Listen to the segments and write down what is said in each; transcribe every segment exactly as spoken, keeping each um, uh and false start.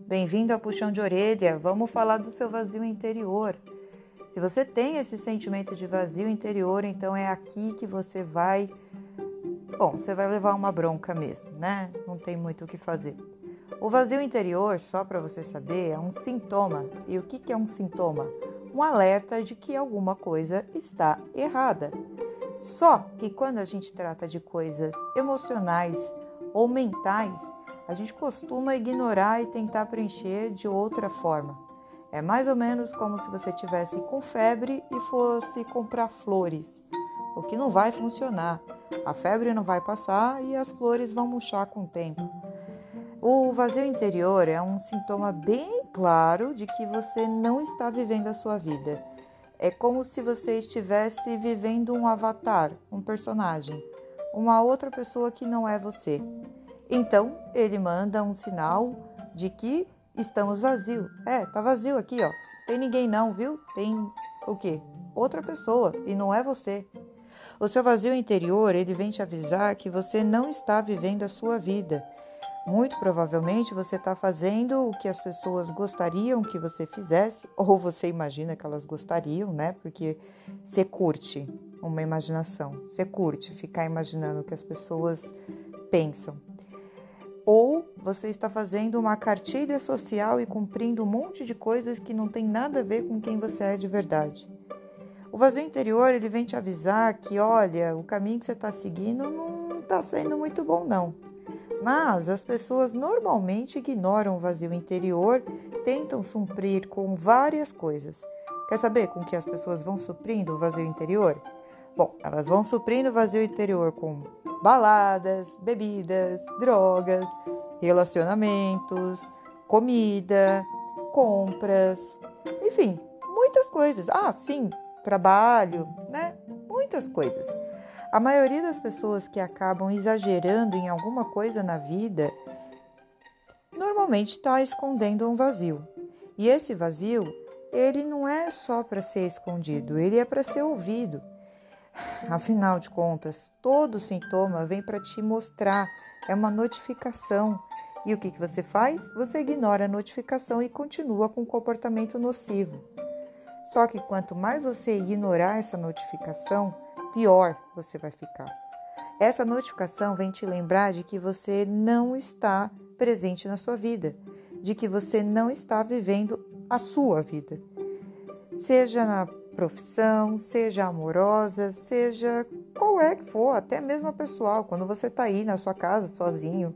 Bem-vindo ao Puxão de Orelha. Vamos falar do seu vazio interior. Se você tem esse sentimento de vazio interior, então é aqui que você vai... Bom, você vai levar uma bronca mesmo, né? Não tem muito o que fazer. O vazio interior, só para você saber, é um sintoma. E o que, que é um sintoma? Um alerta de que alguma coisa está errada. Só que quando a gente trata de coisas emocionais ou mentais, a gente costuma ignorar e tentar preencher de outra forma. É mais ou menos como se você tivesse com febre e fosse comprar flores, o que não vai funcionar. A febre não vai passar e as flores vão murchar com o tempo. O vazio interior é um sintoma bem claro de que você não está vivendo a sua vida. É como se você estivesse vivendo um avatar, um personagem, uma outra pessoa que não é você. Então, ele manda um sinal de que estamos vazios. É, tá vazio aqui, ó. Tem ninguém não, viu? Tem o quê? Outra pessoa e não é você. O seu vazio interior, ele vem te avisar que você não está vivendo a sua vida. Muito provavelmente você está fazendo o que as pessoas gostariam que você fizesse, ou você imagina que elas gostariam, né? Porque você curte uma imaginação, você curte ficar imaginando o que as pessoas pensam. Ou você está fazendo uma cartilha social e cumprindo um monte de coisas que não tem nada a ver com quem você é de verdade. O vazio interior, ele vem te avisar que, olha, o caminho que você está seguindo não está sendo muito bom, não. Mas as pessoas normalmente ignoram o vazio interior, tentam suprir com várias coisas. Quer saber com que as pessoas vão suprindo o vazio interior? Bom, elas vão suprindo o vazio interior com baladas, bebidas, drogas, relacionamentos, comida, compras, enfim, muitas coisas. Ah, sim, trabalho, né? Muitas coisas. A maioria das pessoas que acabam exagerando em alguma coisa na vida, normalmente está escondendo um vazio. E esse vazio, ele não é só para ser escondido, ele é para ser ouvido. Afinal de contas, todo sintoma vem para te mostrar, é uma notificação. E o que, que você faz? Você ignora a notificação e continua com o comportamento nocivo. Só que quanto mais você ignorar essa notificação, pior você vai ficar. Essa notificação vem te lembrar de que você não está presente na sua vida, de que você não está vivendo a sua vida. Seja na profissão, seja amorosa, seja qual é que for, até mesmo a pessoal, quando você está aí na sua casa sozinho.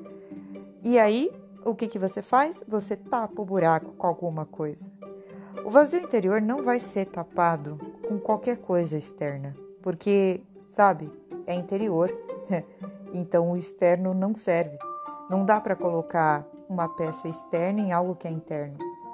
E aí, o que, que você faz? Você tapa o buraco com alguma coisa. O vazio interior não vai ser tapado com qualquer coisa externa, porque, sabe, é interior, então o externo não serve. Não dá para colocar uma peça externa em algo que é interno.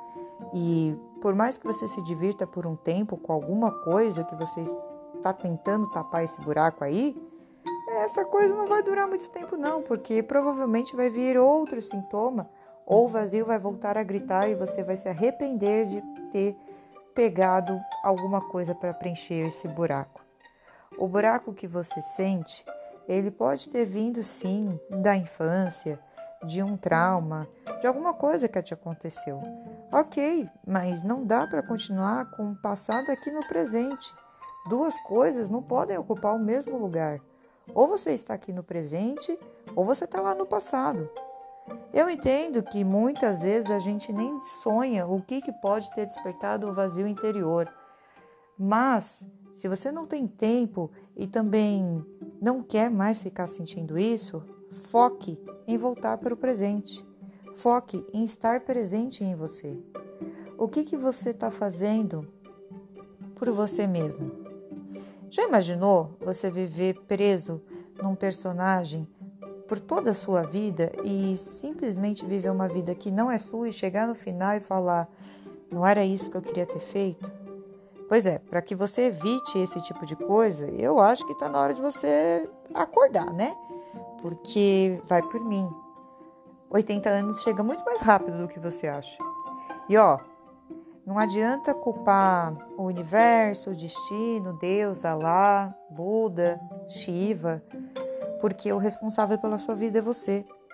E por mais que você se divirta por um tempo com alguma coisa que você está tentando tapar esse buraco aí, essa coisa não vai durar muito tempo não, porque provavelmente vai vir outro sintoma, ou o vazio vai voltar a gritar e você vai se arrepender de ter pegado alguma coisa para preencher esse buraco. O buraco que você sente, ele pode ter vindo sim da infância, de um trauma, de alguma coisa que te aconteceu. Ok, mas não dá para continuar com o passado aqui no presente. Duas coisas não podem ocupar o mesmo lugar. Ou você está aqui no presente, ou você está lá no passado. Eu entendo que muitas vezes a gente nem sonha o que, que pode ter despertado o vazio interior. Mas, se você não tem tempo e também não quer mais ficar sentindo isso, foque em voltar para o presente. Foque em estar presente em você. O que, que você está fazendo por você mesmo? Já imaginou você viver preso num personagem por toda a sua vida e simplesmente viver uma vida que não é sua e chegar no final e falar, não era isso que eu queria ter feito? Pois é, para que você evite esse tipo de coisa, eu acho que está na hora de você acordar, né? Porque vai por mim. oitenta anos chega muito mais rápido do que você acha. E ó, não adianta culpar o universo, o destino, Deus, Alá, Buda, Shiva, porque o responsável pela sua vida é você.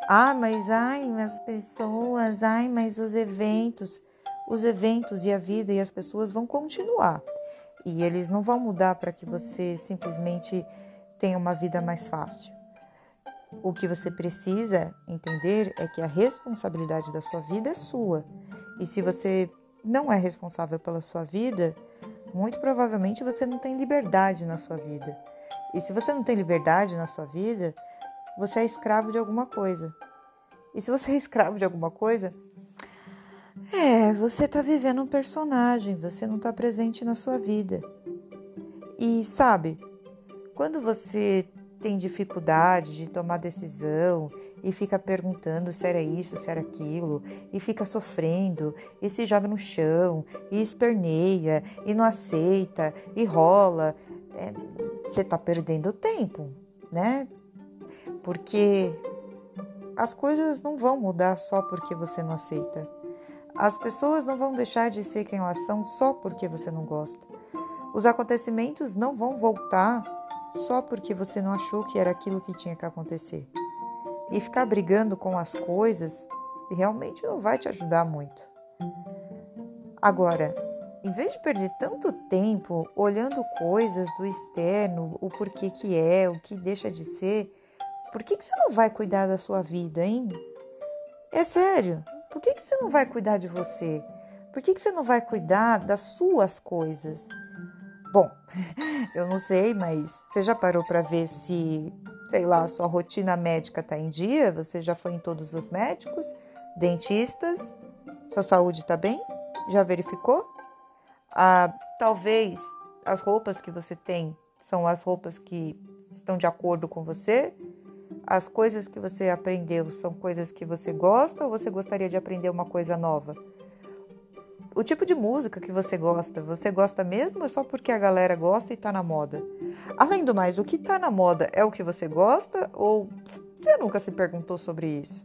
Ah, mas ai, as pessoas, ai, mas os eventos, os eventos e a vida e as pessoas vão continuar. E eles não vão mudar para que você simplesmente tenha uma vida mais fácil. O que você precisa entender é que a responsabilidade da sua vida é sua. E se você não é responsável pela sua vida, muito provavelmente você não tem liberdade na sua vida. E se você não tem liberdade na sua vida, você é escravo de alguma coisa. E se você é escravo de alguma coisa, é, você está vivendo um personagem, você não está presente na sua vida. E sabe, quando você tem dificuldade de tomar decisão e fica perguntando se era isso, se era aquilo, e fica sofrendo, e se joga no chão, e esperneia, e não aceita, e rola, é, você está perdendo tempo, né? Porque as coisas não vão mudar só porque você não aceita. As pessoas não vão deixar de ser quem elas são só porque você não gosta. Os acontecimentos não vão voltar só porque você não achou que era aquilo que tinha que acontecer. E ficar brigando com as coisas realmente não vai te ajudar muito. Agora, em vez de perder tanto tempo olhando coisas do externo, o porquê que é, o que deixa de ser, por que que você não vai cuidar da sua vida, hein? É sério, por que que você não vai cuidar de você? Por que que você não vai cuidar das suas coisas? Bom, eu não sei, mas você já parou para ver se, sei lá, sua rotina médica está em dia? Você já foi em todos os médicos, dentistas? Sua saúde está bem? Já verificou? Ah, talvez as roupas que você tem são as roupas que estão de acordo com você? As coisas que você aprendeu são coisas que você gosta ou você gostaria de aprender uma coisa nova? O tipo de música que você gosta, você gosta mesmo ou é só porque a galera gosta e tá na moda? Além do mais, o que tá na moda é o que você gosta ou você nunca se perguntou sobre isso?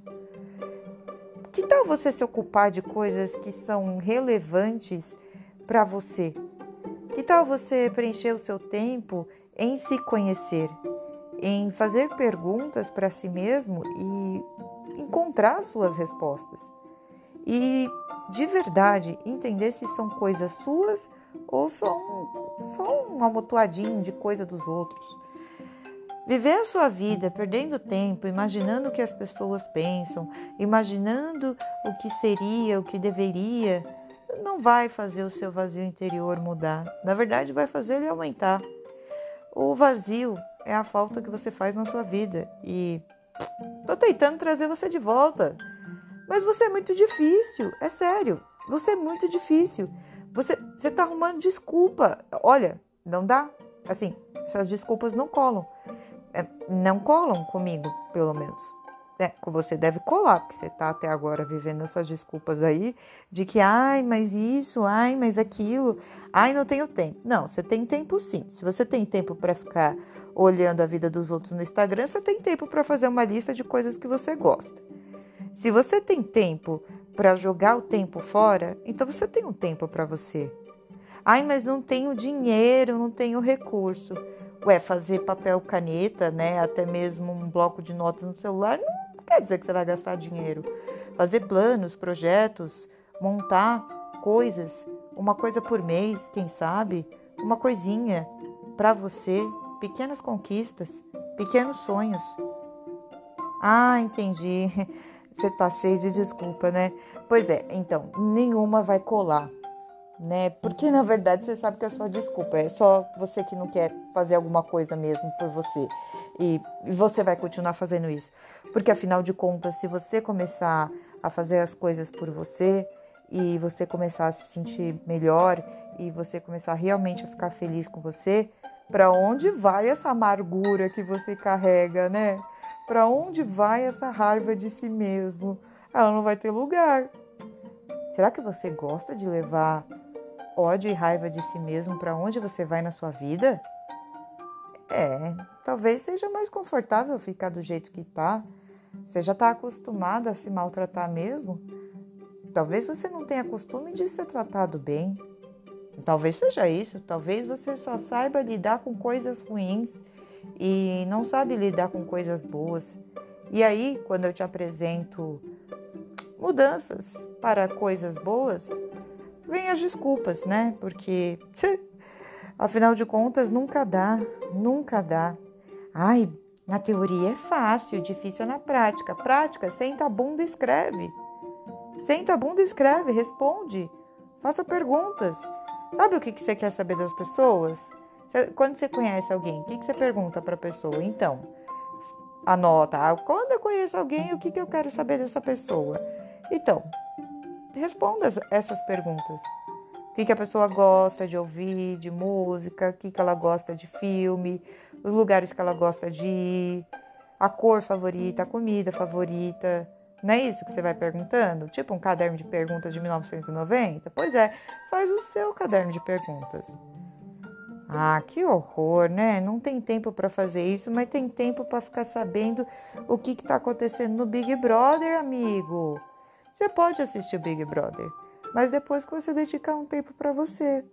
Que tal você se ocupar de coisas que são relevantes para você? Que tal você preencher o seu tempo em se conhecer, em fazer perguntas para si mesmo e encontrar suas respostas? E, de verdade, entender se são coisas suas ou só um, só um amontoadinho de coisa dos outros. Viver a sua vida perdendo tempo, imaginando o que as pessoas pensam, imaginando o que seria, o que deveria, não vai fazer o seu vazio interior mudar. Na verdade, vai fazer ele aumentar. O vazio é a falta que você faz na sua vida e tô tentando trazer você de volta. Mas você é muito difícil, é sério. Você é muito difícil. Você, você tá arrumando desculpa. Olha, não dá. Assim, essas desculpas não colam. É, não colam comigo, pelo menos. É, com você deve colar, porque você tá até agora vivendo essas desculpas aí de que, ai, mas isso, ai, mas aquilo, ai, não tenho tempo. Não, você tem tempo sim. Se você tem tempo para ficar olhando a vida dos outros no Instagram, você tem tempo para fazer uma lista de coisas que você gosta. Se você tem tempo para jogar o tempo fora, então você tem um tempo para você. Ai, mas não tenho dinheiro, não tenho recurso. Ué, fazer papel caneta, né? Até mesmo um bloco de notas no celular, não quer dizer que você vai gastar dinheiro. Fazer planos, projetos, montar coisas, uma coisa por mês, quem sabe? Uma coisinha para você, pequenas conquistas, pequenos sonhos. Ah, entendi. Você tá cheio de desculpa, né? Pois é, então, nenhuma vai colar, né? Porque, na verdade, você sabe que é só desculpa. É só você que não quer fazer alguma coisa mesmo por você. E, e você vai continuar fazendo isso. Porque, afinal de contas, se você começar a fazer as coisas por você e você começar a se sentir melhor e você começar realmente a ficar feliz com você, para onde vai essa amargura que você carrega, né? Para onde vai essa raiva de si mesmo? Ela não vai ter lugar. Será que você gosta de levar ódio e raiva de si mesmo para onde você vai na sua vida? É, talvez seja mais confortável ficar do jeito que tá. Você já está acostumada a se maltratar mesmo? Talvez você não tenha costume de ser tratado bem. Talvez seja isso. Talvez você só saiba lidar com coisas ruins e não sabe lidar com coisas boas. E aí, quando eu te apresento mudanças para coisas boas, vem as desculpas, né? Porque, afinal de contas, nunca dá, nunca dá. Ai, na teoria é fácil, difícil é na prática. Prática, senta a bunda e escreve. Senta a bunda e escreve, responde. Faça perguntas. Sabe o que você quer saber das pessoas? Quando você conhece alguém, o que você pergunta para a pessoa? Então, anota. Quando eu conheço alguém, o que eu quero saber dessa pessoa? Então, responda essas perguntas. O que a pessoa gosta de ouvir, de música, o que ela gosta de filme, os lugares que ela gosta de ir, a cor favorita, a comida favorita. Não é isso que você vai perguntando? Tipo um caderno de perguntas de mil novecentos e noventa? Pois é, faz o seu caderno de perguntas. Ah, que horror, né? Não tem tempo para fazer isso, mas tem tempo para ficar sabendo o que está acontecendo no Big Brother, amigo. Você pode assistir o Big Brother, mas depois que você dedicar um tempo para você.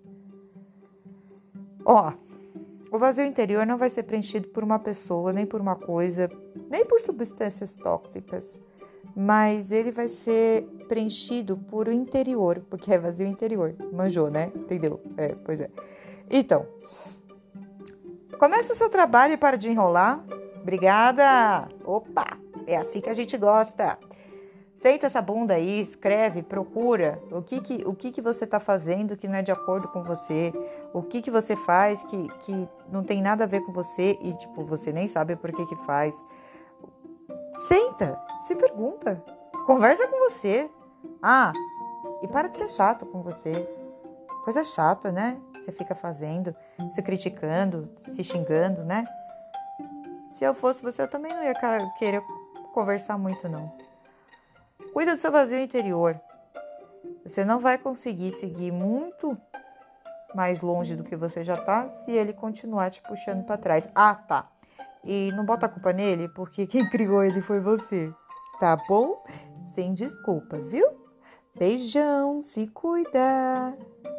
Ó, o vazio interior não vai ser preenchido por uma pessoa, nem por uma coisa, nem por substâncias tóxicas, mas ele vai ser preenchido por o interior, porque é vazio interior. Manjou, né? Entendeu? É, pois é. Então, começa o seu trabalho e para de enrolar. Obrigada! Opa! É assim que a gente gosta. Senta essa bunda aí, escreve, procura o que que, o que, que você está fazendo que não é de acordo com você, o que que você faz que, que não tem nada a ver com você e, tipo, você nem sabe por que que faz. Senta, se pergunta, conversa com você. Ah, e para de ser chato com você. Coisa chata, né? Você fica fazendo, se criticando, se xingando, né? Se eu fosse você, eu também não ia querer conversar muito, não. Cuida do seu vazio interior. Você não vai conseguir seguir muito mais longe do que você já tá se ele continuar te puxando para trás. Ah, tá. E não bota a culpa nele, porque quem criou ele foi você. Tá bom? Sem desculpas, viu? Beijão, se cuida!